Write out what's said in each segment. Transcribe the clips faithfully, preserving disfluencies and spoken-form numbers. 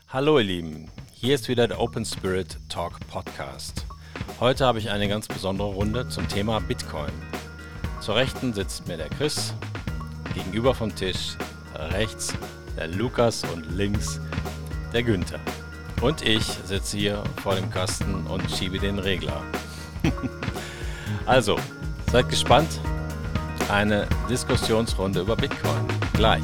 Hallo ihr Lieben, hier ist wieder der Open Spirit Talk Podcast. Heute habe ich eine ganz besondere Runde zum Thema Bitcoin. Zur Rechten sitzt mir der Chris, gegenüber vom Tisch rechts der Lukas und links der Günther. Und ich sitze hier vor dem Kasten und schiebe den Regler. Also, seid gespannt. Eine Diskussionsrunde über Bitcoin. Gleich.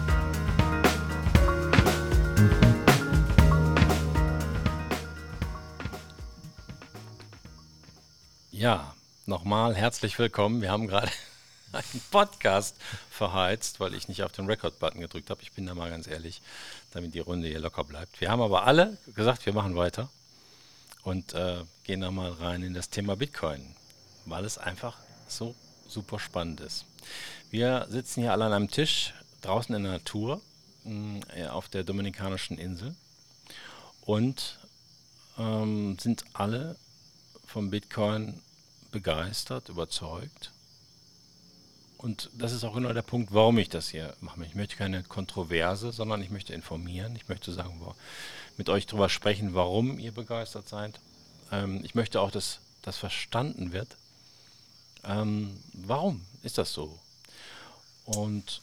Ja, nochmal herzlich willkommen. Wir haben gerade einen Podcast verheizt, weil ich nicht auf den Record-Button gedrückt habe. Ich bin da mal ganz ehrlich, damit die Runde hier locker bleibt. Wir haben aber alle gesagt, wir machen weiter und äh, gehen nochmal rein in das Thema Bitcoin, weil es einfach so super spannend ist. Wir sitzen hier alle an einem Tisch draußen in der Natur mh, auf der Dominikanischen Insel und ähm, sind alle vom Bitcoin begeistert, überzeugt. Und das ist auch genau der Punkt, warum ich das hier mache. Ich möchte keine Kontroverse, sondern ich möchte informieren. Ich möchte sagen, wo, mit euch darüber sprechen, warum ihr begeistert seid. Ähm, ich möchte auch, dass das verstanden wird. Ähm, warum ist das so? Und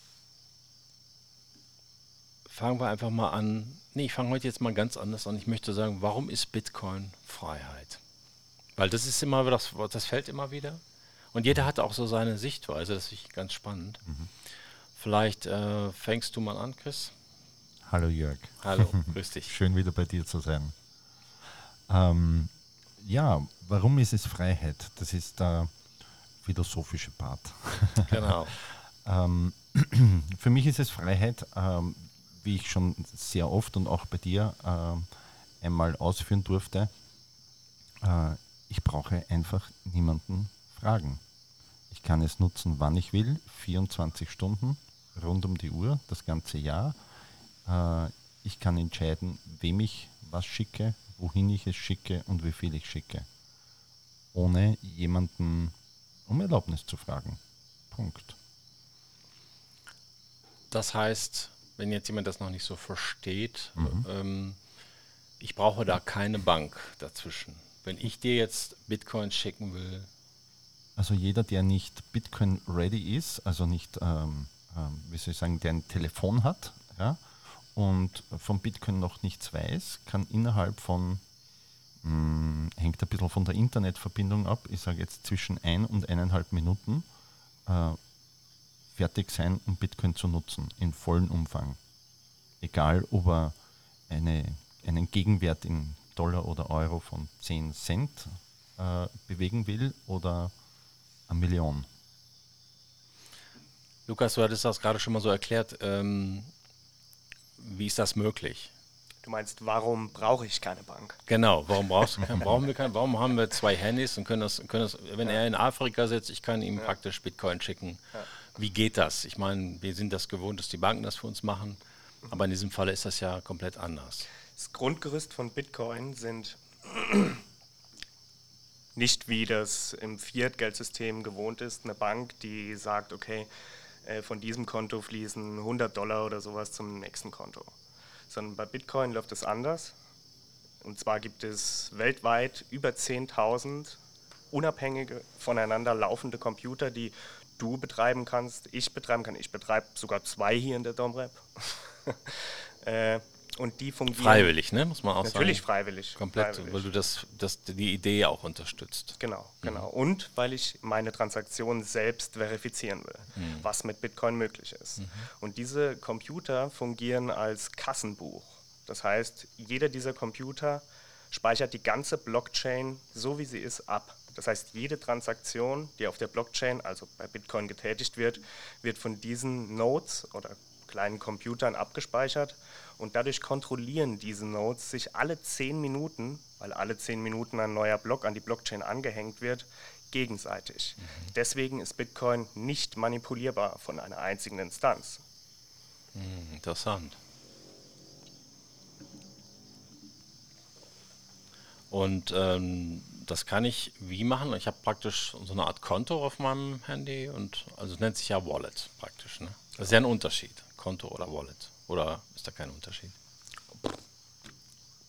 fangen wir einfach mal an. Nee, ich fange heute jetzt mal ganz anders an. Ich möchte sagen, warum ist Bitcoin Freiheit? Weil das ist immer, das, das fällt immer wieder. Und jeder hat auch so seine Sichtweise, das finde ich ganz spannend. Mhm. Vielleicht äh, fängst du mal an, Chris. Hallo Jörg. Hallo, grüß dich. Schön wieder bei dir zu sein. Ähm, ja, warum ist es Freiheit? Das ist der philosophische Part. Genau. ähm, für mich ist es Freiheit, ähm, wie ich schon sehr oft und auch bei dir ähm, einmal ausführen durfte. Äh, ich brauche einfach niemanden fragen. Ich kann es nutzen, wann ich will, vierundzwanzig Stunden, rund um die Uhr, das ganze Jahr. Äh, ich kann entscheiden, wem ich was schicke, wohin ich es schicke und wie viel ich schicke. Ohne jemanden um Erlaubnis zu fragen. Punkt. Das heißt, wenn jetzt jemand das noch nicht so versteht, Mhm. ähm, ich brauche da keine Bank dazwischen. Wenn ich dir jetzt Bitcoin schicken will, Also jeder, der nicht Bitcoin-ready ist, also nicht, ähm, ähm, wie soll ich sagen, der ein Telefon hat, ja, und von Bitcoin noch nichts weiß, kann innerhalb von, mh, hängt ein bisschen von der Internetverbindung ab, ich sage jetzt zwischen ein und eineinhalb Minuten, äh, fertig sein, um Bitcoin zu nutzen, in vollem Umfang. Egal, ob er eine, einen Gegenwert in Dollar oder Euro von zehn Cent äh, bewegen will oder eine Million. Lukas, du hattest das gerade schon mal so erklärt, ähm, wie ist das möglich? Du meinst, warum brauche ich keine Bank? Genau, warum brauchst du kein, brauchen wir kein, warum haben wir zwei Handys und können das, können das wenn Ja. er in Afrika sitzt, ich kann ihm Ja. praktisch Bitcoin schicken. Ja. Wie geht das? Ich meine, wir sind das gewohnt, dass die Banken das für uns machen, aber in diesem Fall ist das ja komplett anders. Das Grundgerüst von Bitcoin sind nicht, wie das im Fiat-Geldsystem gewohnt ist, eine Bank, die sagt, okay, äh, von diesem Konto fließen hundert Dollar oder sowas zum nächsten Konto. Sondern bei Bitcoin läuft es anders. Und zwar gibt es weltweit über zehntausend unabhängige, voneinander laufende Computer, die du betreiben kannst, ich betreiben kann. Ich betreibe sogar zwei hier in der Domrep. äh, und die fungieren... Freiwillig, ne? Muss man auch Natürlich sagen. Natürlich freiwillig. Komplett, freiwillig. weil du das, das, die Idee auch unterstützt. Genau, genau. Mhm. Und weil ich meine Transaktion selbst verifizieren will, mhm. was mit Bitcoin möglich ist. Mhm. Und diese Computer fungieren als Kassenbuch. Das heißt, jeder dieser Computer speichert die ganze Blockchain, so wie sie ist, ab. Das heißt, jede Transaktion, die auf der Blockchain, also bei Bitcoin getätigt wird, wird von diesen Nodes oder kleinen Computern abgespeichert und dadurch kontrollieren diese Nodes sich alle zehn Minuten, weil alle zehn Minuten ein neuer Block an die Blockchain angehängt wird, gegenseitig. Mhm. Deswegen ist Bitcoin nicht manipulierbar von einer einzigen Instanz. Mhm, interessant. Und ähm, das kann ich wie machen? Ich habe praktisch so eine Art Konto auf meinem Handy und also es nennt sich ja Wallet praktisch. Ne? Das ist ja ein Unterschied, Konto oder Wallet. Oder ist da kein Unterschied?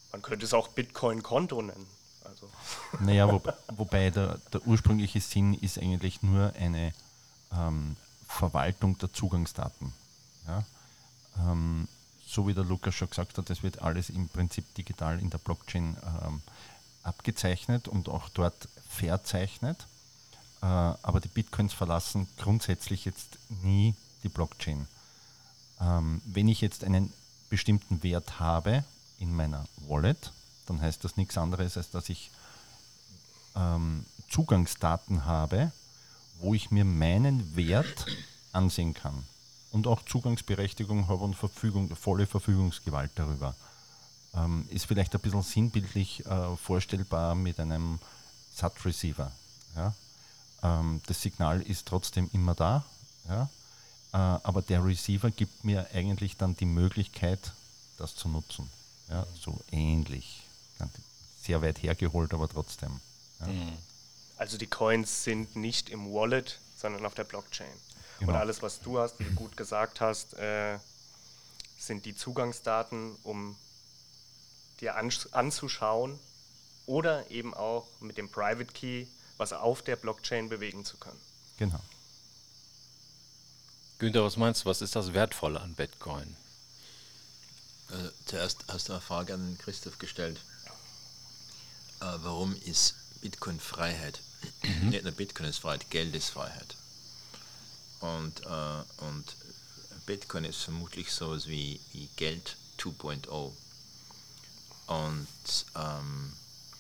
Man könnte es auch Bitcoin-Konto nennen. Also. Naja, wo, wobei der, der ursprüngliche Sinn ist eigentlich nur eine ähm, Verwaltung der Zugangsdaten. Ja? Ähm, so wie der Lukas schon gesagt hat, das wird alles im Prinzip digital in der Blockchain ähm, abgezeichnet und auch dort verzeichnet. Äh, aber die Bitcoins verlassen grundsätzlich jetzt nie die Blockchain. Ähm, wenn ich jetzt einen bestimmten Wert habe in meiner Wallet, dann heißt das nichts anderes, als dass ich ähm, Zugangsdaten habe, wo ich mir meinen Wert ansehen kann und auch Zugangsberechtigung habe und Verfügung, volle Verfügungsgewalt darüber. Ähm, ist vielleicht ein bisschen sinnbildlich äh, vorstellbar mit einem S A T-Receiver. Ja? Ähm, das Signal ist trotzdem immer da, ja? äh, aber der Receiver gibt mir eigentlich dann die Möglichkeit, das zu nutzen. Ja? So ähnlich. Sehr weit hergeholt, aber trotzdem. Ja. Also die Coins sind nicht im Wallet, sondern auf der Blockchain. Genau. Und alles, was du hast, wie du gut gesagt hast, äh, sind die Zugangsdaten, um dir ans- anzuschauen oder eben auch mit dem Private Key was auf der Blockchain bewegen zu können. Genau. Günther, was meinst du, was ist das Wertvolle an Bitcoin? Also, zuerst hast du eine Frage an Christoph gestellt. Äh, warum ist Bitcoin Freiheit? Mhm. Nicht nur Bitcoin ist Freiheit, Geld ist Freiheit. Und, äh, und Bitcoin ist vermutlich sowas wie, wie Geld zwei Punkt null. Und ähm,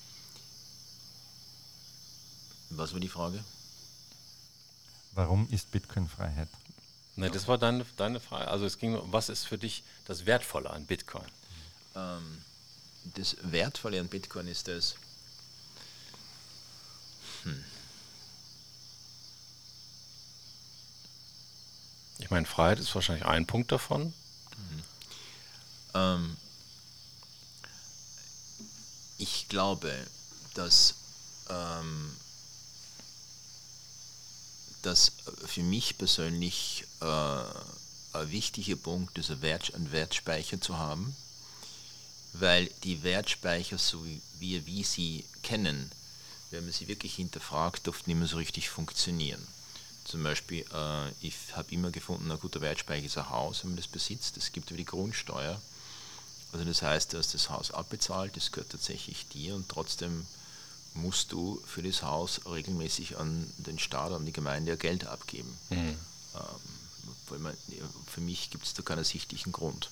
was war die Frage? Warum ist Bitcoin Freiheit? Ne, das war deine, deine Frage. Also es ging um, was ist für dich das Wertvolle an Bitcoin? Ähm, das Wertvolle an Bitcoin ist das, hm. Ich meine, Freiheit ist wahrscheinlich ein Punkt davon. Mhm. Ähm, ich glaube, dass, ähm, dass für mich persönlich äh, ein wichtiger Punkt ist, einen, Wert, einen Wertspeicher zu haben, weil die Wertspeicher, so wie wir wie sie kennen, wenn man sie wirklich hinterfragt, oft nicht mehr so richtig funktionieren. Zum Beispiel, äh, ich habe immer gefunden, ein guter Wertspeicher ist ein Haus, wenn man das besitzt. Es gibt über die Grundsteuer. Also das heißt, du hast das Haus abbezahlt, das gehört tatsächlich dir und trotzdem musst du für das Haus regelmäßig an den Staat, an die Gemeinde Geld abgeben. Mhm. Ähm, weil man, für mich gibt es da keinen ersichtlichen Grund.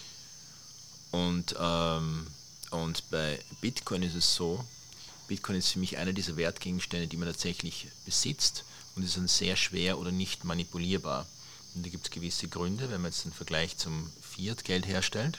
Und, ähm, und bei Bitcoin ist es so, Bitcoin ist für mich einer dieser Wertgegenstände, die man tatsächlich besitzt und ist dann sehr schwer oder nicht manipulierbar. Und da gibt es gewisse Gründe, wenn man jetzt einen Vergleich zum Fiat-Geld herstellt.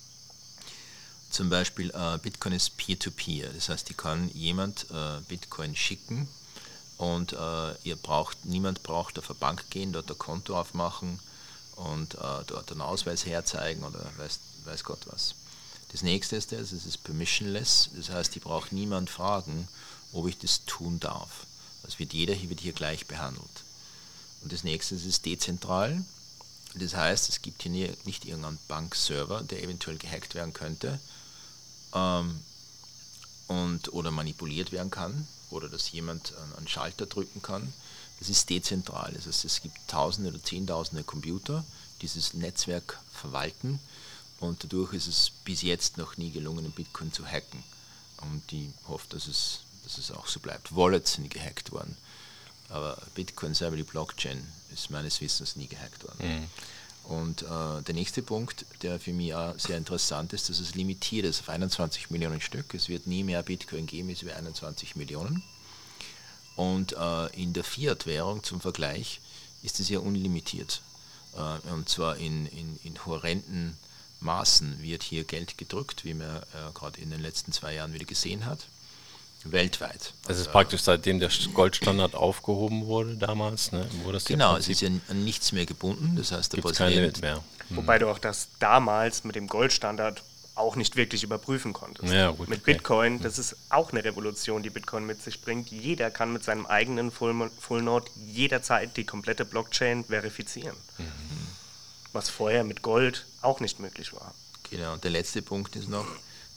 Zum Beispiel äh, Bitcoin ist Peer-to-Peer, das heißt, die kann jemand äh, Bitcoin schicken und äh, ihr braucht, niemand braucht auf eine Bank gehen, dort ein Konto aufmachen und äh, dort einen Ausweis herzeigen oder weiß, weiß Gott was. Das nächste ist das, es ist permissionless, das heißt, ich brauche niemand fragen, ob ich das tun darf. Also wird jeder hier, wird hier gleich behandelt. Und das nächste ist, es ist dezentral, das heißt, es gibt hier nie, nicht irgendeinen Bankserver, der eventuell gehackt werden könnte ähm, und, oder manipuliert werden kann oder dass jemand einen Schalter drücken kann. Das ist dezentral, das heißt, es gibt Tausende oder Zehntausende Computer, die dieses Netzwerk verwalten. Und dadurch ist es bis jetzt noch nie gelungen, den Bitcoin zu hacken. Und ich hoffe, dass es, dass es auch so bleibt. Wallets sind gehackt worden. Aber Bitcoin selber, die Blockchain, ist meines Wissens nie gehackt worden. Mhm. Und äh, der nächste Punkt, der für mich auch sehr interessant ist, dass es limitiert ist auf einundzwanzig Millionen Stück. Es wird nie mehr Bitcoin geben als über einundzwanzig Millionen. Und äh, in der Fiat-Währung zum Vergleich ist es ja unlimitiert. Äh, und zwar in, in, in horrenden Maßen wird hier Geld gedrückt, wie man äh, gerade in den letzten zwei Jahren wieder gesehen hat, weltweit. Das ist praktisch seitdem der Goldstandard aufgehoben wurde damals, ne? Wurde das genau, es ist ja an nichts mehr gebunden, das heißt, der gibt's kein Limit mehr. Hm. Wobei du auch das damals mit dem Goldstandard auch nicht wirklich überprüfen konntest. Ja, gut, mit okay. Bitcoin, das ist auch eine Revolution, die Bitcoin mit sich bringt. Jeder kann mit seinem eigenen Full, Full Node jederzeit die komplette Blockchain verifizieren. Mhm. Was vorher mit Gold auch nicht möglich war. Genau, und der letzte Punkt ist noch,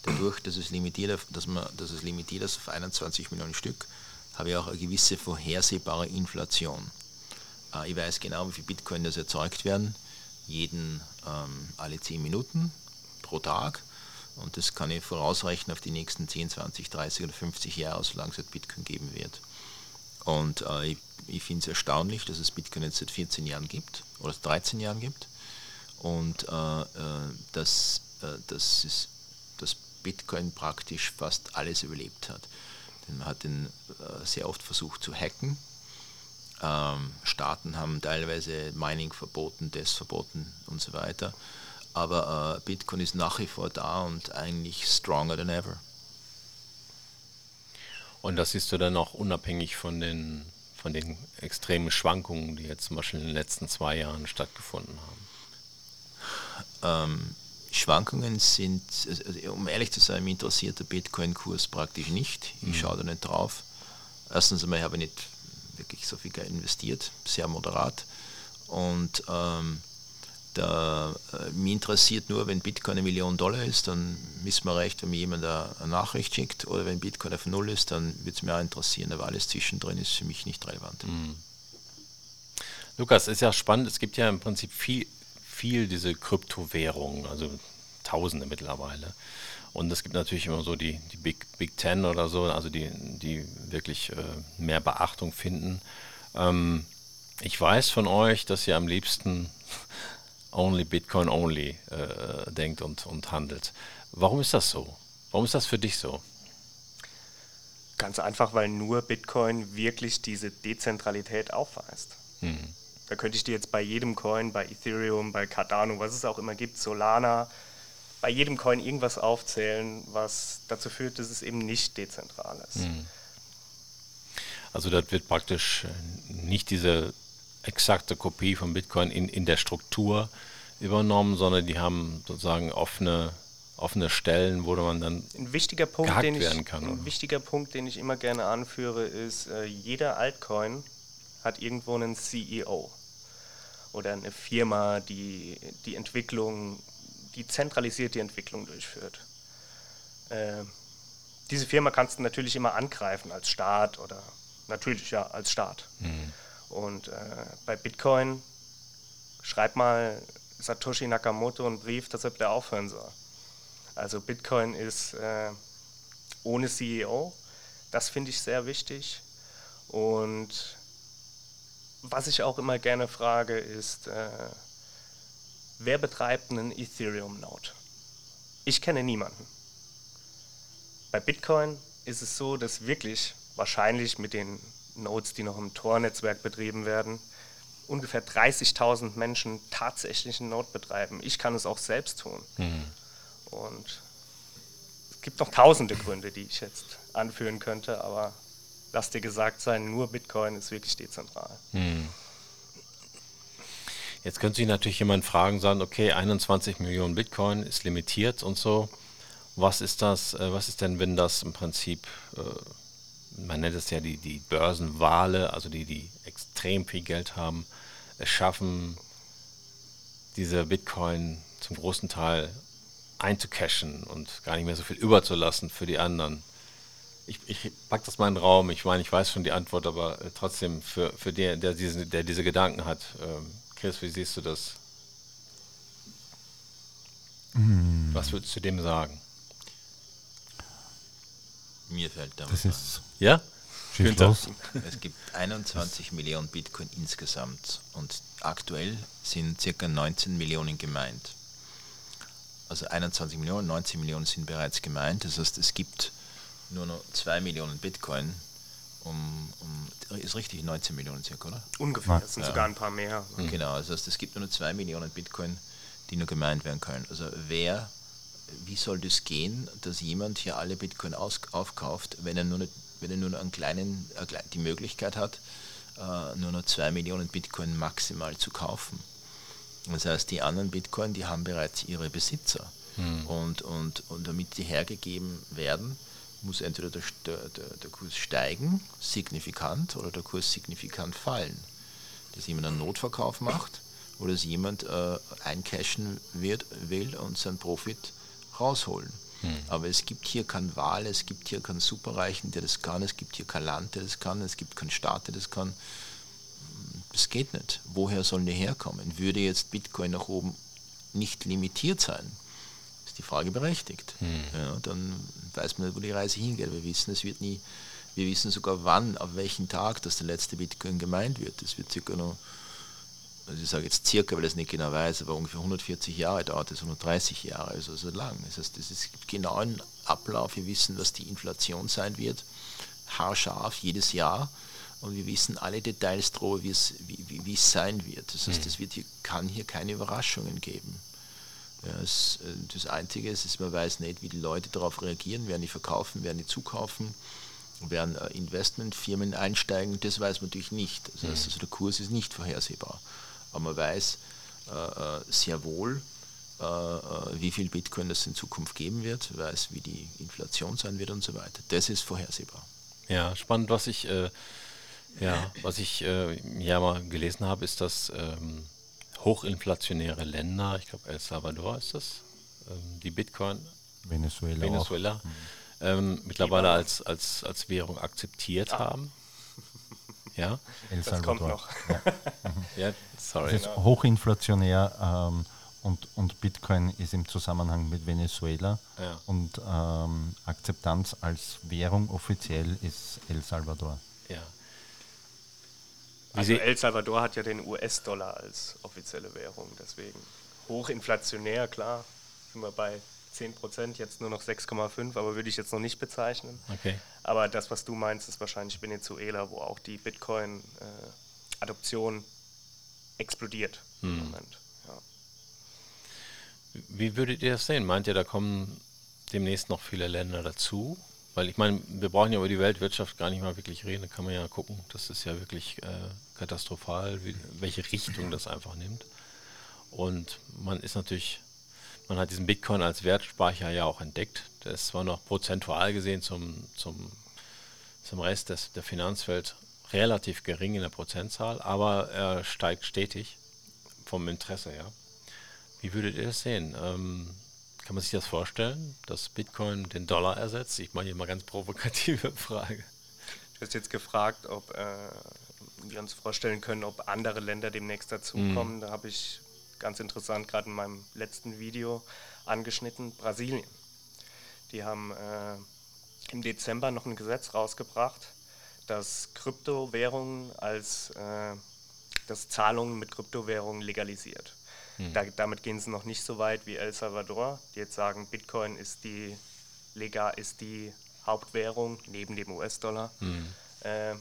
dadurch, dass es limitiert, dass man, dass es limitiert ist auf einundzwanzig Millionen Stück, habe ich auch eine gewisse vorhersehbare Inflation. Äh, ich weiß genau, wie viel Bitcoin das erzeugt werden, jeden ähm, alle zehn Minuten pro Tag. Und das kann ich vorausrechnen auf die nächsten zehn, zwanzig, dreißig oder fünfzig Jahre, solange es Bitcoin geben wird. Und äh, ich, ich finde es erstaunlich, dass es Bitcoin jetzt seit vierzehn Jahren gibt oder dreizehn Jahren gibt. Und äh, äh, dass, äh, dass, es, dass Bitcoin praktisch fast alles überlebt hat. Denn man hat ihn äh, sehr oft versucht zu hacken. Ähm, Staaten haben teilweise Mining verboten, das verboten und so weiter. Aber äh, Bitcoin ist nach wie vor da und eigentlich stronger than ever. Und das siehst du dann auch unabhängig von den, von den extremen Schwankungen, die jetzt zum Beispiel in den letzten zwei Jahren stattgefunden haben? Ähm, Schwankungen sind, also, um ehrlich zu sein, mich interessiert der Bitcoin-Kurs praktisch nicht. Ich mhm. schaue da nicht drauf. Erstens einmal habe ich nicht wirklich so viel Geld investiert, sehr moderat. Und ähm, Da, äh, mich interessiert nur, wenn Bitcoin eine Million Dollar ist, dann wissen wir recht, wenn mir jemand eine, eine Nachricht schickt, oder wenn Bitcoin auf Null ist, dann würde es mir auch interessieren, aber alles zwischendrin ist für mich nicht relevant. Mhm. Lukas, ist ja spannend, es gibt ja im Prinzip viel, viel diese Kryptowährungen, also Tausende mittlerweile. Und es gibt natürlich immer so die, die Big, Big Ten oder so, also die, die wirklich äh, mehr Beachtung finden. Ähm, ich weiß von euch, dass ihr am liebsten Only Bitcoin Only äh, denkt und, und handelt. Warum ist das so? Warum ist das für dich so? Ganz einfach, weil nur Bitcoin wirklich diese Dezentralität aufweist. Mhm. Da könnte ich dir jetzt bei jedem Coin, bei Ethereum, bei Cardano, was es auch immer gibt, Solana, bei jedem Coin irgendwas aufzählen, was dazu führt, dass es eben nicht dezentral ist. Mhm. Also das wird praktisch nicht diese exakte Kopie von Bitcoin in, in der Struktur übernommen, sondern die haben sozusagen offene, offene Stellen, wo man dann ein wichtiger Punkt, gehackt den ich, werden kann. Ein oder? wichtiger Punkt, den ich immer gerne anführe, ist, äh, jeder Altcoin hat irgendwo einen C E O oder eine Firma, die die Entwicklung, die zentralisiert die Entwicklung durchführt. Äh, diese Firma kannst du natürlich immer angreifen als Staat oder natürlich ja als Staat. Mhm. Und äh, bei Bitcoin schreib mal Satoshi Nakamoto einen Brief, dass er bitte aufhören soll. Also Bitcoin ist äh, ohne C E O, das finde ich sehr wichtig. Und was ich auch immer gerne frage ist, äh, wer betreibt einen Ethereum-Node? Ich kenne niemanden. Bei Bitcoin ist es so, dass wirklich wahrscheinlich mit den Nodes, die noch im Tor-Netzwerk betrieben werden, ungefähr dreißigtausend Menschen tatsächlich einen Node betreiben. Ich kann es auch selbst tun. Mhm. Und es gibt noch tausende Gründe, die ich jetzt anführen könnte, aber lass dir gesagt sein, nur Bitcoin ist wirklich dezentral. Mhm. Jetzt könnte sich natürlich jemand fragen, sagen, okay, einundzwanzig Millionen Bitcoin ist limitiert und so. Was ist das, äh, was ist denn, wenn das im Prinzip, äh, man nennt es ja die, die Börsenwale, also die, die extrem viel Geld haben, es schaffen, diese Bitcoin zum großen Teil einzucashen und gar nicht mehr so viel überzulassen für die anderen. Ich, ich packe das mal in den Raum, ich meine, ich weiß schon die Antwort, aber äh, trotzdem für, für den, der diese, der diese Gedanken hat. Ähm, Chris, wie siehst du das? Hm. Was würdest du dem sagen? Mir fällt damit das ist ein. Ja? Los. Es gibt einundzwanzig Millionen Bitcoin insgesamt und aktuell sind ca. neunzehn Millionen gemeint. Also einundzwanzig Millionen, neunzehn Millionen sind bereits gemeint. Das heißt, es gibt nur noch zwei Millionen Bitcoin. Um, um, ist richtig, neunzehn Millionen circa, oder? Ungefähr, das sind ja. sogar ein paar mehr. Mhm. Genau, also das heißt, es gibt nur noch zwei Millionen Bitcoin, die nur gemeint werden können. Also wer, wie soll das gehen, dass jemand hier alle Bitcoin aus, aufkauft, wenn er nur nicht, wenn er nur noch einen kleinen, äh, die Möglichkeit hat, äh, nur noch zwei Millionen Bitcoin maximal zu kaufen. Das heißt, die anderen Bitcoin, die haben bereits ihre Besitzer. Mhm. Und, und, und damit die hergegeben werden, muss entweder der, der, der Kurs steigen, signifikant, oder der Kurs signifikant fallen. Dass jemand einen Notverkauf macht oder dass jemand äh, eincashen wird, will und seinen Profit rausholen. Hm. Aber es gibt hier keinen Wal, es gibt hier keinen Superreichen, der das kann, es gibt hier kein Land, der das kann, es gibt keinen Staat, der das kann. Das geht nicht. Woher sollen die herkommen? Würde jetzt Bitcoin nach oben nicht limitiert sein, ist die Frage berechtigt. Hm. Ja, dann weiß man nicht, wo die Reise hingeht. Wir wissen, es wird nie, wir wissen sogar wann, auf welchen Tag, dass der letzte Bitcoin gemeint wird. Das wird circa noch, also ich sage jetzt circa, weil ich es nicht genau weiß, aber ungefähr hundertvierzig Jahre dauert es, hundertdreißig Jahre, also so lang. Das heißt, es gibt genau einen Ablauf, wir wissen, was die Inflation sein wird, haarscharf jedes Jahr. Und wir wissen alle Details darüber, wie es, wie, wie es sein wird. Das heißt, es wird hier, kann hier keine Überraschungen geben. Ja, das, das Einzige ist, dass man weiß nicht, wie die Leute darauf reagieren, werden die verkaufen, werden die zukaufen, werden Investmentfirmen einsteigen, das weiß man natürlich nicht. Das heißt, also der Kurs ist nicht vorhersehbar. Aber man weiß äh, sehr wohl, äh, wie viel Bitcoin es in Zukunft geben wird, weiß, wie die Inflation sein wird und so weiter. Das ist vorhersehbar. Ja, spannend, was ich... Äh Ja, was ich äh, ja mal gelesen habe, ist, dass ähm, hochinflationäre Länder, ich glaube El Salvador ist das, ähm, die Bitcoin, Venezuela, Venezuela ähm, mittlerweile als, als, als Währung akzeptiert Ah. haben. Ja, El Das Salvador. kommt noch. ja, sorry. Das ist hochinflationär ähm, und, und Bitcoin ist im Zusammenhang mit Venezuela Ja. und ähm, Akzeptanz als Währung offiziell ist El Salvador. Ja. Wie Also Sie- El Salvador hat ja den U S-Dollar als offizielle Währung, deswegen hochinflationär, klar, sind wir bei zehn Prozent, jetzt nur noch sechs Komma fünf, aber würde ich jetzt noch nicht bezeichnen. Okay. Aber das, was du meinst, ist wahrscheinlich Venezuela, wo auch die Bitcoin-Adoption explodiert im Moment. Ja. Wie würdet ihr das sehen? Meint ihr, da kommen demnächst noch viele Länder dazu? Weil ich meine, wir brauchen ja über die Weltwirtschaft gar nicht mal wirklich reden, da kann man ja gucken, das ist ja wirklich äh, katastrophal, wie, welche Richtung das einfach nimmt. Und man ist natürlich, man hat diesen Bitcoin als Wertspeicher ja auch entdeckt. Der ist zwar noch prozentual gesehen zum, zum, zum Rest des, der Finanzwelt relativ gering in der Prozentzahl, aber er steigt stetig vom Interesse her. Wie würdet ihr das sehen? Ähm, Kann man sich das vorstellen, dass Bitcoin den Dollar ersetzt? Ich mache hier mal ganz provokative Frage. Du hast jetzt gefragt, ob äh, wir uns vorstellen können, ob andere Länder demnächst dazukommen. Mm. Da habe ich ganz interessant gerade in meinem letzten Video angeschnitten, Brasilien. Die haben äh, im Dezember noch ein Gesetz rausgebracht, dass Kryptowährungen als äh, das Zahlungen mit Kryptowährungen legalisiert. Da, damit gehen sie noch nicht so weit wie El Salvador, die jetzt sagen, Bitcoin ist die, legal, ist die Hauptwährung neben dem U S-Dollar. Mhm. Äh,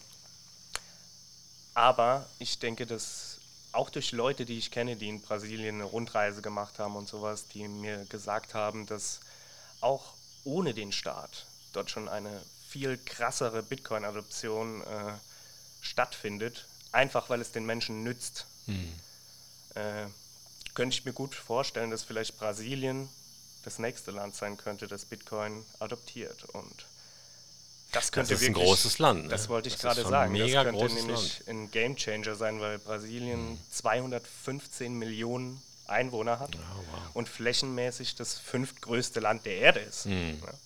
aber ich denke, dass auch durch Leute, die ich kenne, die in Brasilien eine Rundreise gemacht haben und sowas, die mir gesagt haben, dass auch ohne den Staat dort schon eine viel krassere Bitcoin-Adoption äh, stattfindet, einfach weil es den Menschen nützt. Mhm. Äh, könnte ich mir gut vorstellen, dass vielleicht Brasilien das nächste Land sein könnte, das Bitcoin adoptiert. Und das könnte das ist wirklich, ein großes Land. Ne? Das wollte ich das gerade ist sagen. Mega das könnte großes nämlich Land. ein Gamechanger sein, weil Brasilien hm. zweihundertfünfzehn Millionen Einwohner hat oh, wow. und flächenmäßig das fünftgrößte Land der Erde ist. Hm. Ja.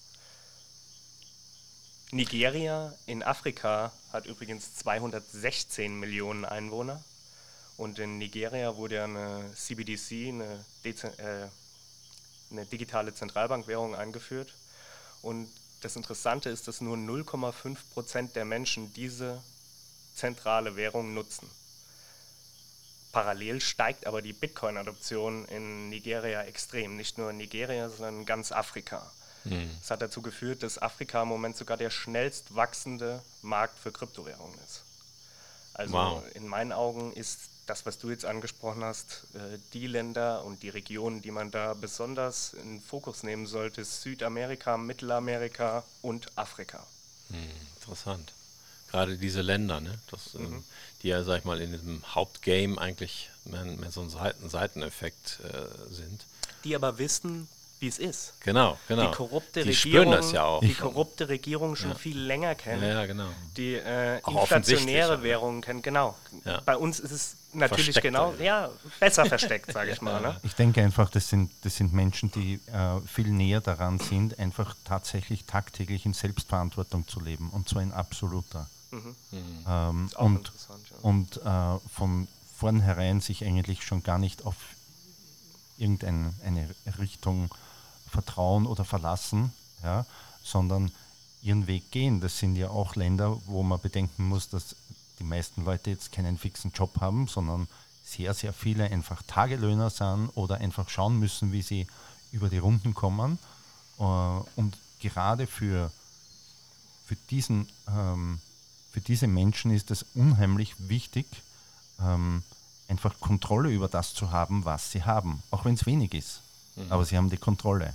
Nigeria in Afrika hat übrigens zweihundertsechzehn Millionen Einwohner. Und in Nigeria wurde ja eine C B D C, eine, Dez- äh, eine digitale Zentralbankwährung eingeführt. Und das Interessante ist, dass nur null Komma fünf Prozent der Menschen diese zentrale Währung nutzen. Parallel steigt aber die Bitcoin-Adoption in Nigeria extrem. Nicht nur in Nigeria, sondern in ganz Afrika. Mhm. Das hat dazu geführt, dass Afrika im Moment sogar der schnellst wachsende Markt für Kryptowährungen ist. Also wow. In meinen Augen ist das, was du jetzt angesprochen hast, die Länder und die Regionen, die man da besonders in den Fokus nehmen sollte, ist Südamerika, Mittelamerika und Afrika. Hm, interessant. Gerade diese Länder, ne? das, mhm. ähm, die ja, sag ich mal, in diesem Hauptgame eigentlich mehr, mehr so ein Seiten- Seiteneffekt äh, sind. Die aber wissen, wie es ist. Genau, genau. Die korrupte die Regierung, spüren das ja auch. die korrupte Regierung schon Ja. viel länger kennen. Ja, ja, genau. Die äh, Auch offensichtlich, inflationäre ja. Währungen kennen, genau. Ja. Bei uns ist es natürlich Versteckter, genau, ja. ja, besser versteckt, sage ich mal. Ne? Ich denke einfach, das sind, das sind Menschen, die äh, viel näher daran sind, einfach tatsächlich tagtäglich in Selbstverantwortung zu leben, und zwar in absoluter. Mhm. Ähm, Ist auch und interessant, ja. und äh, von vornherein sich eigentlich schon gar nicht auf irgendeine eine Richtung vertrauen oder verlassen, ja, sondern ihren Weg gehen. Das sind ja auch Länder, wo man bedenken muss, dass die meisten Leute jetzt keinen fixen Job haben, sondern sehr, sehr viele einfach Tagelöhner sind oder einfach schauen müssen, wie sie über die Runden kommen. Äh, Und gerade für, für, diesen, ähm, für diese Menschen ist es unheimlich wichtig, ähm, einfach Kontrolle über das zu haben, was sie haben, auch wenn es wenig ist. Mhm. Aber sie haben die Kontrolle.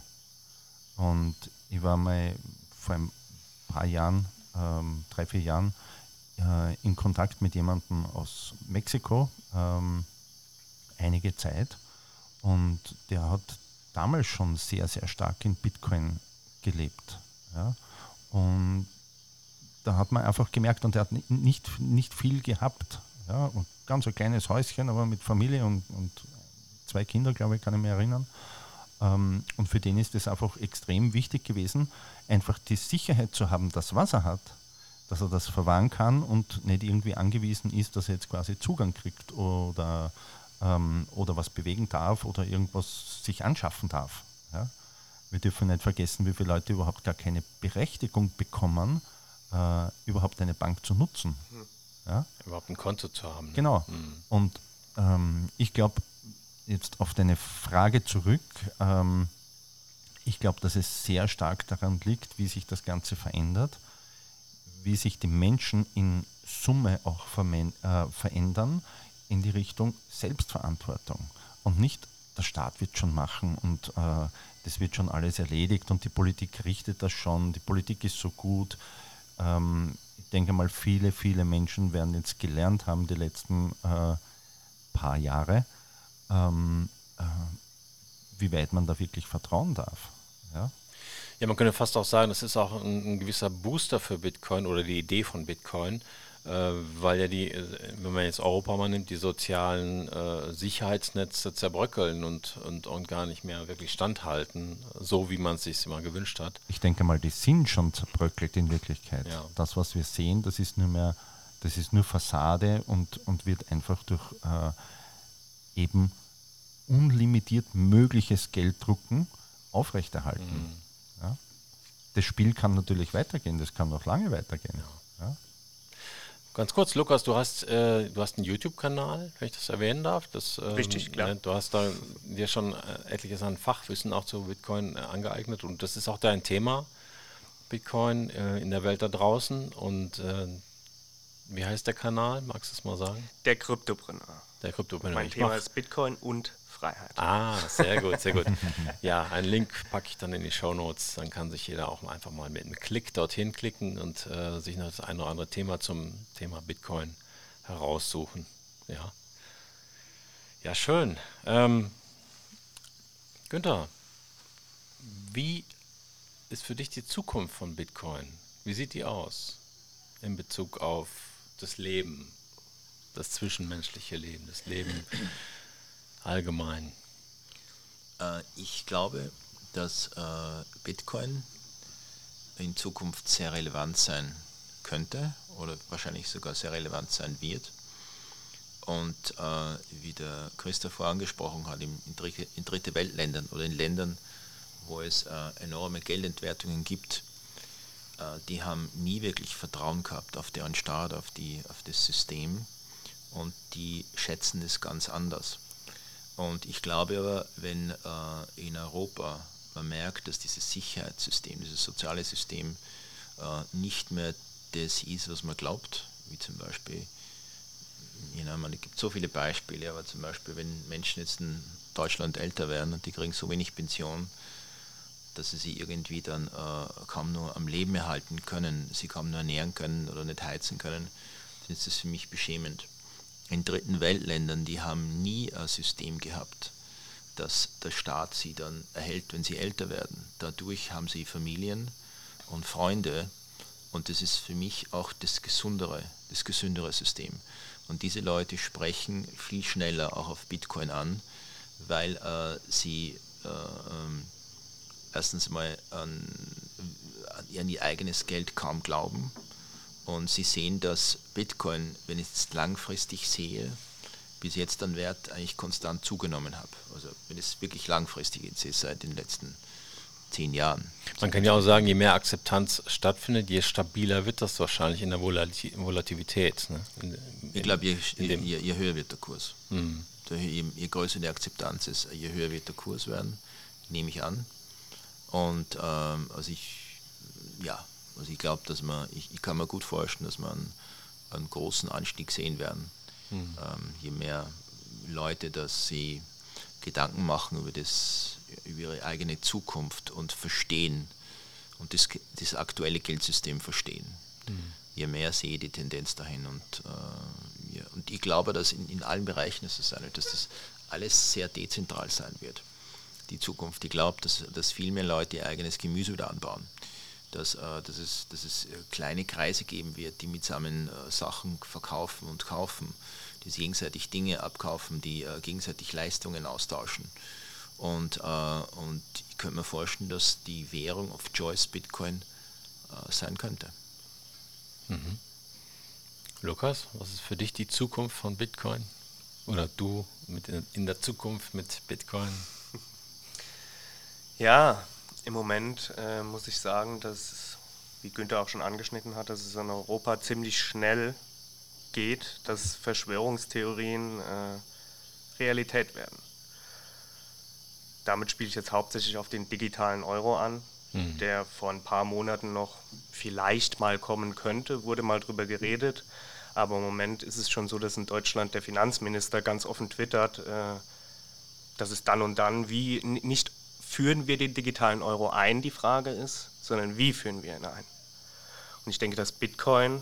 Und ich war mal vor ein paar Jahren, ähm, drei, vier Jahren, äh, in Kontakt mit jemandem aus Mexiko, ähm, einige Zeit. Und der hat damals schon sehr, sehr stark in Bitcoin gelebt. Ja? Und da hat man einfach gemerkt, und er hat nicht, nicht viel gehabt. Ja? Und ganz ein kleines Häuschen, aber mit Familie und, und zwei Kinder, glaube ich, kann ich mich erinnern. Ähm, und für den ist es einfach extrem wichtig gewesen, einfach die Sicherheit zu haben, dass was er hat, dass er das verwahren kann und nicht irgendwie angewiesen ist, dass er jetzt quasi Zugang kriegt oder, ähm, oder was bewegen darf oder irgendwas sich anschaffen darf. Ja? Wir dürfen nicht vergessen, wie viele Leute überhaupt gar keine Berechtigung bekommen, äh, überhaupt eine Bank zu nutzen. Hm. Ja? Überhaupt ein Konto zu haben. Ne? Genau. Hm. Und ähm, ich glaube, jetzt auf deine Frage zurück, ähm, ich glaube, dass es sehr stark daran liegt, wie sich das Ganze verändert, wie sich die Menschen in Summe auch vermen- äh, verändern in die Richtung Selbstverantwortung. Und nicht, der Staat wird schon machen und äh, das wird schon alles erledigt und die Politik richtet das schon, die Politik ist so gut. Ähm, ich denke mal, viele, viele Menschen werden jetzt gelernt haben, die letzten äh, paar Jahre, ähm, äh, wie weit man da wirklich vertrauen darf. Ja? Ja, man könnte fast auch sagen, das ist auch ein, ein gewisser Booster für Bitcoin oder die Idee von Bitcoin, äh, weil ja die, wenn man jetzt Europa mal nimmt, die sozialen äh, Sicherheitsnetze zerbröckeln und, und, und gar nicht mehr wirklich standhalten, so wie man es sich immer gewünscht hat. Ich denke mal, die sind schon zerbröckelt in Wirklichkeit. Ja. Das, was wir sehen, das ist nur mehr, das ist nur Fassade und, und wird einfach durch äh, eben unlimitiert mögliches Gelddrucken aufrechterhalten. Mhm. Ja? Das Spiel kann natürlich weitergehen, das kann noch lange weitergehen. Ja. Ja? Ganz kurz, Lukas, du hast, äh, du hast einen YouTube-Kanal, wenn ich das erwähnen darf. Das, ähm, Richtig, klar. Ne, du hast da dir schon äh, etliches an Fachwissen auch zu Bitcoin äh, angeeignet und das ist auch dein Thema, Bitcoin äh, in der Welt da draußen. Und äh, wie heißt der Kanal? Magst du es mal sagen? Der Kryptopreneur. Der Kryptopreneur. Mein Ich Thema mach, ist Bitcoin und Freiheit. Ah, sehr gut, sehr gut. Ja, einen Link packe ich dann in die Shownotes, dann kann sich jeder auch einfach mal mit einem Klick dorthin klicken und äh, sich noch das ein oder andere Thema zum Thema Bitcoin heraussuchen. Ja, ja schön. Ähm, Günther, wie ist für dich die Zukunft von Bitcoin? Wie sieht die aus in Bezug auf das Leben, das zwischenmenschliche Leben, das Leben allgemein? Äh, ich glaube, dass äh, Bitcoin in Zukunft sehr relevant sein könnte oder wahrscheinlich sogar sehr relevant sein wird. Und äh, wie der Christoph angesprochen hat, in, in, dritte, in dritte Weltländern oder in Ländern, wo es äh, enorme Geldentwertungen gibt, äh, die haben nie wirklich Vertrauen gehabt auf deren Staat, auf, die, auf das System und die schätzen es ganz anders. Und ich glaube aber, wenn äh, in Europa man merkt, dass dieses Sicherheitssystem, dieses soziale System äh, nicht mehr das ist, was man glaubt, wie zum Beispiel, you know, man, es gibt so viele Beispiele, aber zum Beispiel, wenn Menschen jetzt in Deutschland älter werden und die kriegen so wenig Pension, dass sie sich irgendwie dann äh, kaum nur am Leben erhalten können, sie kaum nur ernähren können oder nicht heizen können, dann ist das für mich beschämend. In dritten Weltländern, die haben nie ein System gehabt, dass der Staat sie dann erhält, wenn sie älter werden. Dadurch haben sie Familien und Freunde und das ist für mich auch das gesundere, das gesündere System. Und diese Leute sprechen viel schneller auch auf Bitcoin an, weil äh, sie äh, ähm, erstens mal an, an ihr eigenes Geld kaum glauben und sie sehen, dass Bitcoin, wenn ich es langfristig sehe, bis jetzt an Wert eigentlich konstant zugenommen habe. Also wenn es wirklich langfristig jetzt ist, seit den letzten zehn Jahren. Man kann ja auch sagen, je mehr Akzeptanz stattfindet, je stabiler wird das wahrscheinlich in der Volati- Volatilität. Ne? In, in, ich glaube, je, je, je höher wird der Kurs. Mhm. Je, je größer die Akzeptanz ist, je höher wird der Kurs werden, nehme ich an. Und ähm, also ich, ja, also ich glaube, dass man, ich, ich kann mir gut vorstellen, dass wir einen, einen großen Anstieg sehen werden. Mhm. Ähm, je mehr Leute, dass sie Gedanken machen über, das, über ihre eigene Zukunft und verstehen und das, das aktuelle Geldsystem verstehen. Mhm. Je mehr sehe ich die Tendenz dahin. Und, äh, ja, und ich glaube, dass in, in allen Bereichen ist es sein wird, dass das alles sehr dezentral sein wird. Die Zukunft. Ich glaube, dass, dass viel mehr Leute ihr eigenes Gemüse wieder anbauen. Dass, äh, dass, es, dass es kleine Kreise geben wird, die mitsammen äh, Sachen verkaufen und kaufen, die sich gegenseitig Dinge abkaufen, die äh, gegenseitig Leistungen austauschen. Und, äh, und ich könnte mir vorstellen, dass die Währung of Choice Bitcoin äh, sein könnte. Mhm. Lukas, was ist für dich die Zukunft von Bitcoin? Oder du mit in, in der Zukunft mit Bitcoin? Ja, im Moment äh, muss ich sagen, dass, wie Günther auch schon angeschnitten hat, dass es in Europa ziemlich schnell geht, dass Verschwörungstheorien äh, Realität werden. Damit spiele ich jetzt hauptsächlich auf den digitalen Euro an, mhm. der vor ein paar Monaten noch vielleicht mal kommen könnte, wurde mal drüber geredet, aber im Moment ist es schon so, dass in Deutschland der Finanzminister ganz offen twittert, äh, dass es dann und dann, wie n- nicht führen wir den digitalen Euro ein, die Frage ist, sondern wie führen wir ihn ein. Und ich denke, dass Bitcoin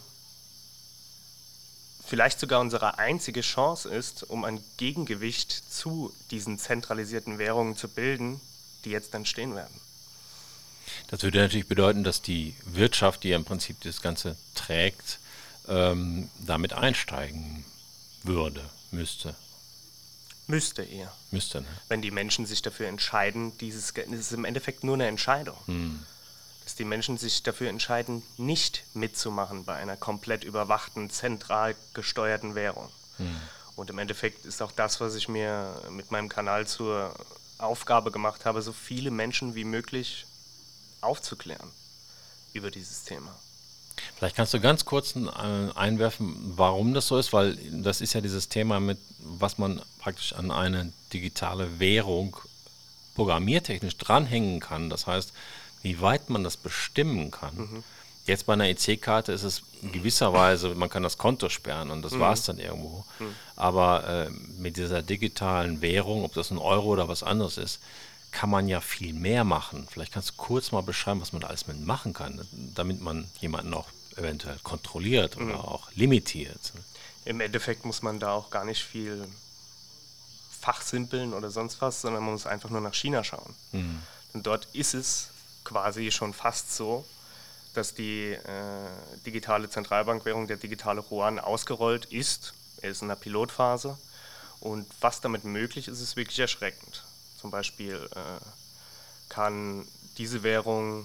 vielleicht sogar unsere einzige Chance ist, um ein Gegengewicht zu diesen zentralisierten Währungen zu bilden, die jetzt dann stehen werden. Das würde natürlich bedeuten, dass die Wirtschaft, die ja im Prinzip das Ganze trägt, ähm, damit einsteigen würde, müsste. Müsste eher. Müsste, ne? Wenn die Menschen sich dafür entscheiden, dieses, es ist im Endeffekt nur eine Entscheidung. Hm. Dass die Menschen sich dafür entscheiden, nicht mitzumachen bei einer komplett überwachten, zentral gesteuerten Währung. Hm. Und im Endeffekt ist auch das, was ich mir mit meinem Kanal zur Aufgabe gemacht habe, so viele Menschen wie möglich aufzuklären über dieses Thema. Vielleicht kannst du ganz kurz einwerfen, warum das so ist, weil das ist ja dieses Thema mit, was man praktisch an eine digitale Währung programmiertechnisch dranhängen kann. Das heißt, wie weit man das bestimmen kann. Mhm. Jetzt bei einer E C-Karte ist es in gewisser Weise, man kann das Konto sperren und das mhm. war es dann irgendwo. Mhm. Aber äh, mit dieser digitalen Währung, ob das ein Euro oder was anderes ist, kann man ja viel mehr machen. Vielleicht kannst du kurz mal beschreiben, was man da alles mit machen kann, damit man jemanden auch eventuell kontrolliert oder mhm. auch limitiert. Im Endeffekt muss man da auch gar nicht viel fachsimpeln oder sonst was, sondern man muss einfach nur nach China schauen. Mhm. Und dort ist es quasi schon fast so, dass die äh, digitale Zentralbankwährung, der digitale Yuan, ausgerollt ist. Er ist in der Pilotphase. Und was damit möglich ist, ist wirklich erschreckend. Zum Beispiel äh, kann diese Währung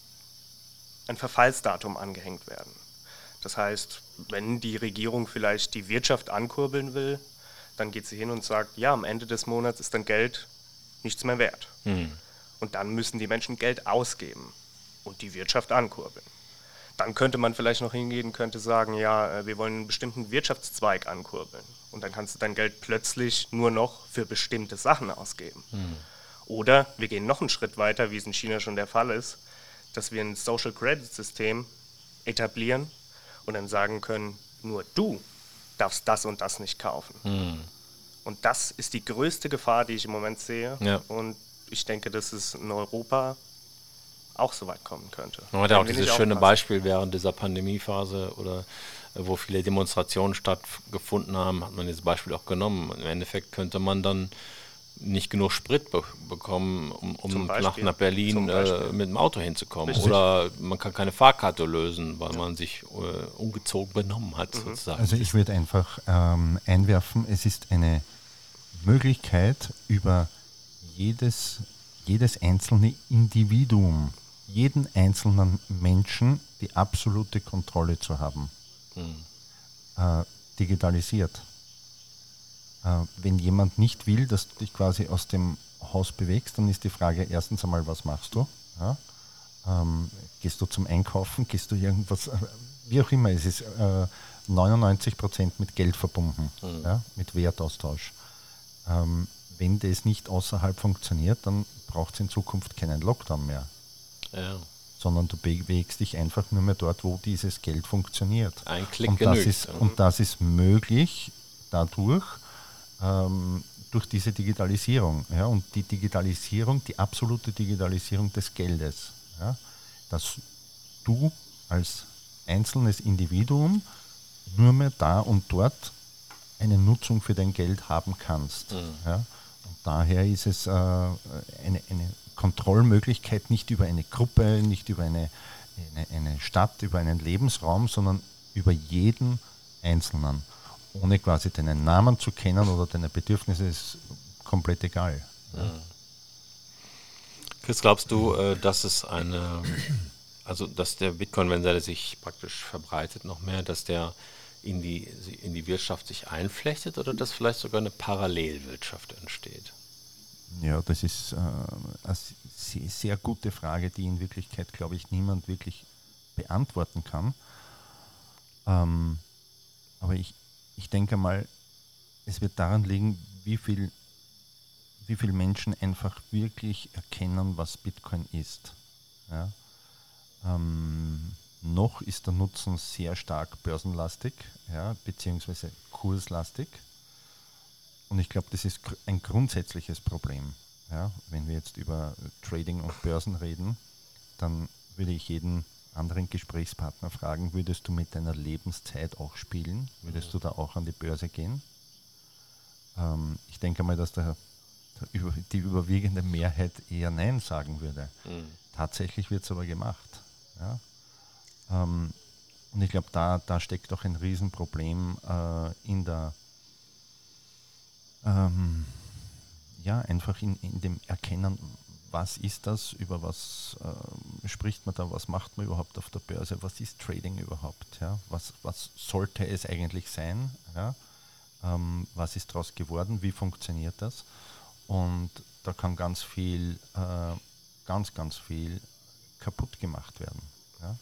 ein Verfallsdatum angehängt werden. Das heißt, wenn die Regierung vielleicht die Wirtschaft ankurbeln will, dann geht sie hin und sagt, ja, am Ende des Monats ist dann Geld nichts mehr wert. Mhm. Und dann müssen die Menschen Geld ausgeben und die Wirtschaft ankurbeln. Dann könnte man vielleicht noch hingehen, könnte sagen, ja, wir wollen einen bestimmten Wirtschaftszweig ankurbeln. Und dann kannst du dein Geld plötzlich nur noch für bestimmte Sachen ausgeben. Mhm. Oder wir gehen noch einen Schritt weiter, wie es in China schon der Fall ist, dass wir ein Social Credit System etablieren und dann sagen können, nur du darfst das und das nicht kaufen. Mhm. Und das ist die größte Gefahr, die ich im Moment sehe. Ja. Und ich denke, dass es in Europa auch so weit kommen könnte. Man hat ja auch dieses schöne Beispiel während dieser Pandemiephase oder wo viele Demonstrationen stattgefunden haben, hat man dieses Beispiel auch genommen. Im Endeffekt könnte man dann nicht genug Sprit be bekommen, um, um Beispiel. nach, nach Berlin äh, mit dem Auto hinzukommen. Richtig. Oder man kann keine Fahrkarte lösen, weil ja. man sich äh, ungezogen benommen hat, mhm. sozusagen. Also ich würde einfach ähm, einwerfen, es ist eine Möglichkeit, über jedes, jedes einzelne Individuum, jeden einzelnen Menschen die absolute Kontrolle zu haben. Mhm. Äh, digitalisiert. Äh, wenn jemand nicht will, dass du dich quasi aus dem Haus bewegst, dann ist die Frage erstens einmal, was machst du? Ja? Ähm, gehst du zum Einkaufen? Gehst du irgendwas, äh, wie auch immer, es ist äh, neunundneunzig Prozent mit Geld verbunden, mhm. ja? Mit Wertaustausch. Ähm, wenn das nicht außerhalb funktioniert, dann braucht es in Zukunft keinen Lockdown mehr. Ja. Sondern du bewegst dich einfach nur mehr dort, wo dieses Geld funktioniert. Ein Klick und das genügt. Ist, und das ist möglich dadurch, ähm, durch diese Digitalisierung. Ja, und die Digitalisierung, die absolute Digitalisierung des Geldes. Ja, dass du als einzelnes Individuum nur mehr da und dort eine Nutzung für dein Geld haben kannst. Mhm. Ja, und daher ist es äh, eine, eine Kontrollmöglichkeit nicht über eine Gruppe, nicht über eine, eine, eine Stadt, über einen Lebensraum, sondern über jeden Einzelnen. Ohne quasi deinen Namen zu kennen oder deine Bedürfnisse, ist komplett egal. Ja. Chris, glaubst du, äh, dass es eine, also dass der Bitcoin, wenn er sich praktisch verbreitet noch mehr, dass der in die, in die Wirtschaft sich einflechtet oder dass vielleicht sogar eine Parallelwirtschaft entsteht? Ja, das ist äh, eine sehr, sehr gute Frage, die in Wirklichkeit, glaube ich, niemand wirklich beantworten kann. Ähm, aber ich, ich denke mal, es wird daran liegen, wie viel, wie viel Menschen einfach wirklich erkennen, was Bitcoin ist. Ja? Ähm, noch ist der Nutzen sehr stark börsenlastig, ja, beziehungsweise kurslastig. Und ich glaube, das ist ein grundsätzliches Problem. Ja? Wenn wir jetzt über Trading und Börsen reden, dann würde ich jeden anderen Gesprächspartner fragen, würdest du mit deiner Lebenszeit auch spielen? Würdest mhm. du da auch an die Börse gehen? Ähm, ich denke mal, dass der, der über, die überwiegende Mehrheit eher Nein sagen würde. Mhm. Tatsächlich wird es aber gemacht. Ja? Ähm, und ich glaube, da, da steckt auch ein Riesenproblem äh, in der ähm, ja, einfach in, in dem Erkennen, was ist das, über was äh, spricht man da, was macht man überhaupt auf der Börse, was ist Trading überhaupt, ja? was, was sollte es eigentlich sein, ja? ähm, was ist daraus geworden, wie funktioniert das, und da kann ganz viel, äh, ganz, ganz viel kaputt gemacht werden. Ja?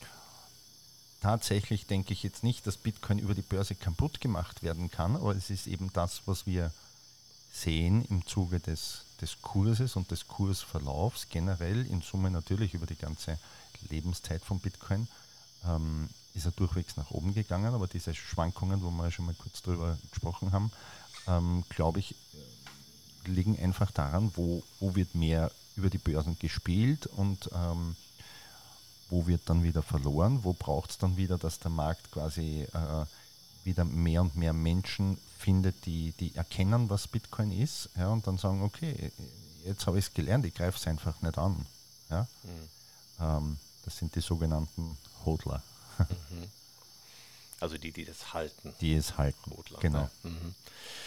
Tatsächlich denke ich jetzt nicht, dass Bitcoin über die Börse kaputt gemacht werden kann, aber es ist eben das, was wir sehen im Zuge des, des Kurses und des Kursverlaufs generell, in Summe natürlich über die ganze Lebenszeit von Bitcoin, ähm, ist er durchwegs nach oben gegangen, aber diese Schwankungen, wo wir schon mal kurz drüber gesprochen haben, ähm, glaube ich, liegen einfach daran, wo, wo wird mehr über die Börsen gespielt und ähm, wo wird dann wieder verloren, wo braucht es dann wieder, dass der Markt quasi äh, wieder mehr und mehr Menschen findet, die, die erkennen, was Bitcoin ist, ja, und dann sagen, okay, jetzt habe ich es gelernt, ich greife es einfach nicht an. Ja? Mhm. Ähm, das sind die sogenannten Hodler. Mhm. Also die, die das halten. Die es halten, Hodler, genau. Ja, mhm.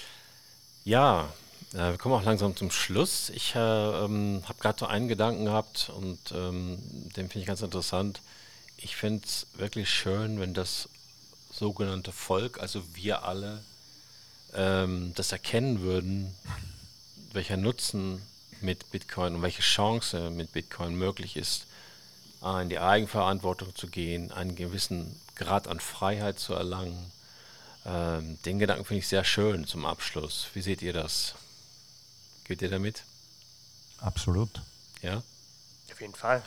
ja äh, wir kommen auch langsam zum Schluss. Ich äh, ähm, habe gerade so einen Gedanken gehabt und ähm, den finde ich ganz interessant. Ich finde es wirklich schön, wenn das sogenannte Volk, also wir alle, ähm, das erkennen würden, welcher Nutzen mit Bitcoin und welche Chance mit Bitcoin möglich ist, äh, in die Eigenverantwortung zu gehen, einen gewissen Grad an Freiheit zu erlangen. Ähm, den Gedanken finde ich sehr schön zum Abschluss. Wie seht ihr das? Geht ihr damit? Absolut. Ja? Auf jeden Fall.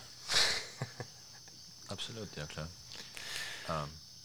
Absolut, ja klar. Ähm.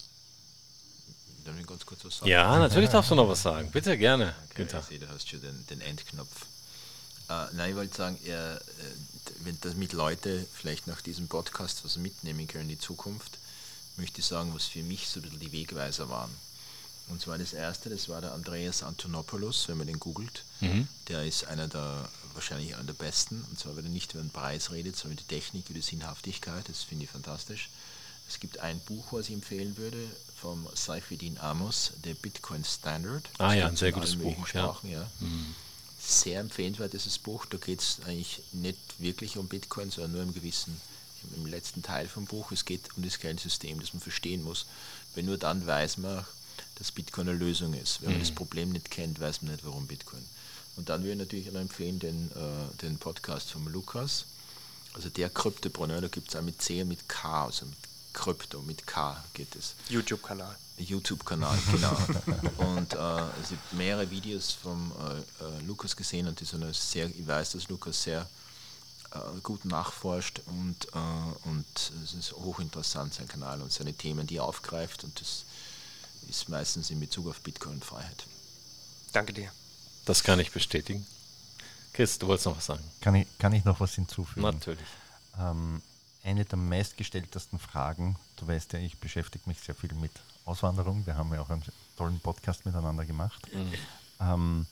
Darf ich ganz kurz was sagen? Ja, natürlich darfst du noch was sagen. Bitte, gerne, okay, Günther. Ich sehe, du hast schon den, den Endknopf. Äh, nein, ich wollte sagen, er, äh, wenn damit Leute vielleicht nach diesem Podcast was mitnehmen können in die Zukunft, möchte ich sagen, was für mich so ein bisschen die Wegweiser waren. Und zwar das erste, das war der Andreas Antonopoulos, wenn man den googelt. Mhm. Der ist einer der, wahrscheinlich einer der besten. Und zwar, wenn er nicht über den Preis redet, sondern die Technik, über die Sinnhaftigkeit. Das finde ich fantastisch. Es gibt ein Buch, was ich empfehlen würde, vom Saifedean Amos, der Bitcoin Standard. Ah ja, ein gibt's sehr in gutes allen möglichen Buch. Ja. Sprachen, ja. Mhm. Sehr empfehlenswert, dieses Buch. Da geht es eigentlich nicht wirklich um Bitcoin, sondern nur im gewissen, im letzten Teil vom Buch. Es geht um das Geldsystem, das man verstehen muss. Weil nur dann weiß man, dass Bitcoin eine Lösung ist. Wenn man mhm. das Problem nicht kennt, weiß man nicht, warum Bitcoin. Und dann würde ich natürlich noch empfehlen den, äh, den Podcast von Lukas. Also der Kryptopreneur, da gibt es auch mit C und mit K, also mit Krypto, mit K geht es. YouTube-Kanal. YouTube-Kanal, genau. Und äh, also ich habe mehrere Videos von äh, äh, Lukas gesehen und die sind sehr, ich weiß, dass Lukas sehr äh, gut nachforscht und, äh, und es ist hochinteressant, sein Kanal und seine Themen, die er aufgreift, und das ist meistens in Bezug auf Bitcoin und Freiheit. Danke dir. Das kann ich bestätigen. Chris, du wolltest noch was sagen? Kann ich, kann ich noch was hinzufügen? Natürlich. Ähm, eine der meistgestelltesten Fragen, du weißt ja, ich beschäftige mich sehr viel mit Auswanderung, wir haben ja auch einen tollen Podcast miteinander gemacht, mhm. ähm,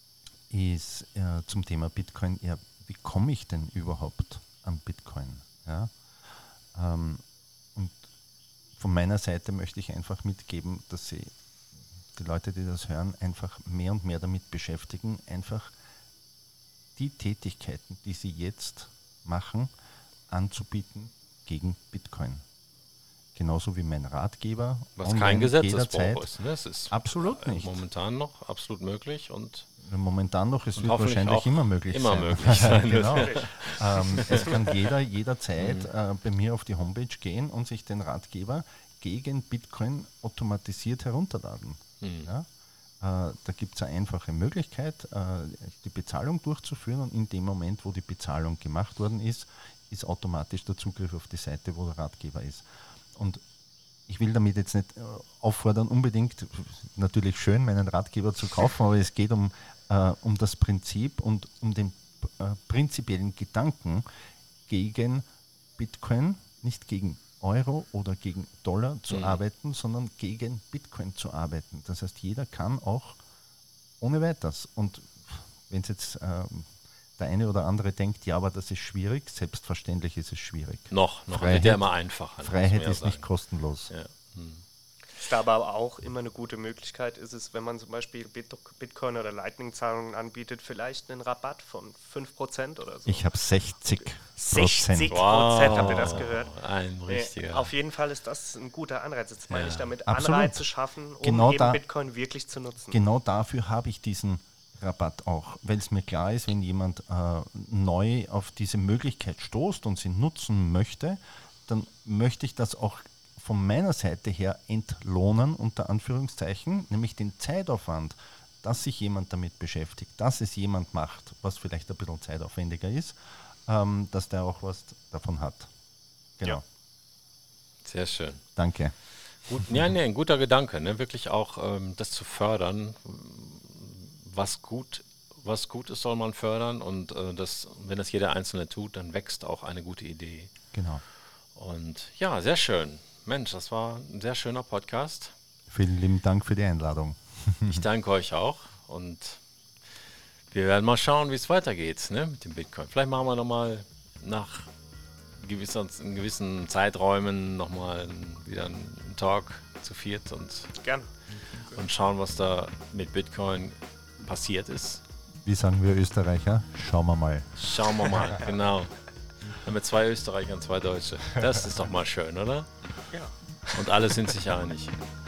ist äh, zum Thema Bitcoin, ja, wie komme ich denn überhaupt an Bitcoin? Ja? Ähm, und von meiner Seite möchte ich einfach mitgeben, dass sie, die Leute, die das hören, einfach mehr und mehr damit beschäftigen, einfach die Tätigkeiten, die sie jetzt machen, anzubieten gegen Bitcoin. Genauso wie mein Ratgeber. Was kein Gesetzesbruch ist. Ne? Das ist absolut nicht. Momentan noch absolut möglich. Und momentan noch, es wird wahrscheinlich immer möglich immer sein. Möglich sein. Genau. ähm, es kann jeder jederzeit mhm. äh, bei mir auf die Homepage gehen und sich den Ratgeber gegen Bitcoin automatisiert herunterladen. Mhm. Ja? Äh, da gibt es eine einfache Möglichkeit, äh, die Bezahlung durchzuführen, und in dem Moment, wo die Bezahlung gemacht worden ist, ist automatisch der Zugriff auf die Seite, wo der Ratgeber ist. Und ich will damit jetzt nicht äh, auffordern, unbedingt, natürlich schön, meinen Ratgeber zu kaufen, aber es geht um, äh, um das Prinzip und um den äh, prinzipiellen Gedanken gegen Bitcoin, nicht gegen Euro oder gegen Dollar zu mhm. arbeiten, sondern gegen Bitcoin zu arbeiten. Das heißt, jeder kann auch ohne weiteres. Und wenn es jetzt äh, der eine oder andere denkt, ja, aber das ist schwierig, selbstverständlich ist es schwierig. Noch, noch Freiheit, wird ja immer einfacher. Freiheit ist nicht kostenlos. Ja. Hm. Ist aber auch immer eine gute Möglichkeit, ist es, wenn man zum Beispiel Bitcoin oder Lightning-Zahlungen anbietet, vielleicht einen Rabatt von fünf Prozent oder so. Ich habe sechzig Prozent. sechzig Prozent, wow. Habt ihr das gehört? Ein richtiger. Nee, auf jeden Fall ist das ein guter Anreiz. Jetzt meine ja. ich damit, Absolut. Anreize schaffen, um genau eben da, Bitcoin wirklich zu nutzen. Genau dafür habe ich diesen Rabatt auch, weil es mir klar ist, wenn jemand äh, neu auf diese Möglichkeit stoßt und sie nutzen möchte, dann möchte ich das auch von meiner Seite her entlohnen, unter Anführungszeichen, nämlich den Zeitaufwand, dass sich jemand damit beschäftigt, dass es jemand macht, was vielleicht ein bisschen zeitaufwendiger ist, ähm, dass der auch was davon hat. Genau. Ja. Sehr schön. Danke. Gut, ja, nee, ein guter Gedanke, ne? Wirklich auch ähm, das zu fördern. Was gut, was gut ist, soll man fördern, und äh, das, wenn das jeder Einzelne tut, dann wächst auch eine gute Idee. Genau. Und ja, sehr schön. Mensch, das war ein sehr schöner Podcast. Vielen lieben Dank für die Einladung. Ich danke euch auch, und wir werden mal schauen, wie es weitergeht, ne, mit dem Bitcoin. Vielleicht machen wir nochmal nach gewisser, in gewissen Zeiträumen nochmal wieder einen Talk zu viert und, Gern. und schauen, was da mit Bitcoin passiert ist. Wie sagen wir Österreicher? Schauen wir mal. Schauen wir mal, genau. Dann mit zwei Österreichern und zwei Deutsche. Das ist doch mal schön, oder? Ja. Und alle sind sich einig.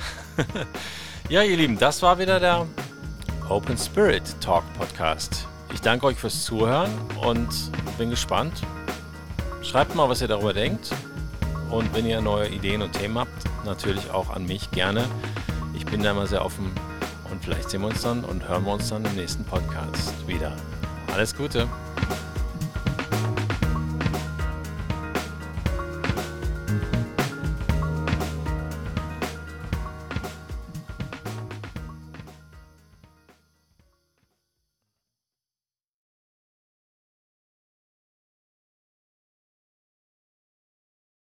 Ja, ihr Lieben, das war wieder der Open Spirit Talk Podcast. Ich danke euch fürs Zuhören und bin gespannt. Schreibt mal, was ihr darüber denkt. Und wenn ihr neue Ideen und Themen habt, natürlich auch an mich gerne. Ich bin da immer sehr offen. Und vielleicht sehen wir uns dann und hören wir uns dann im nächsten Podcast wieder. Alles Gute!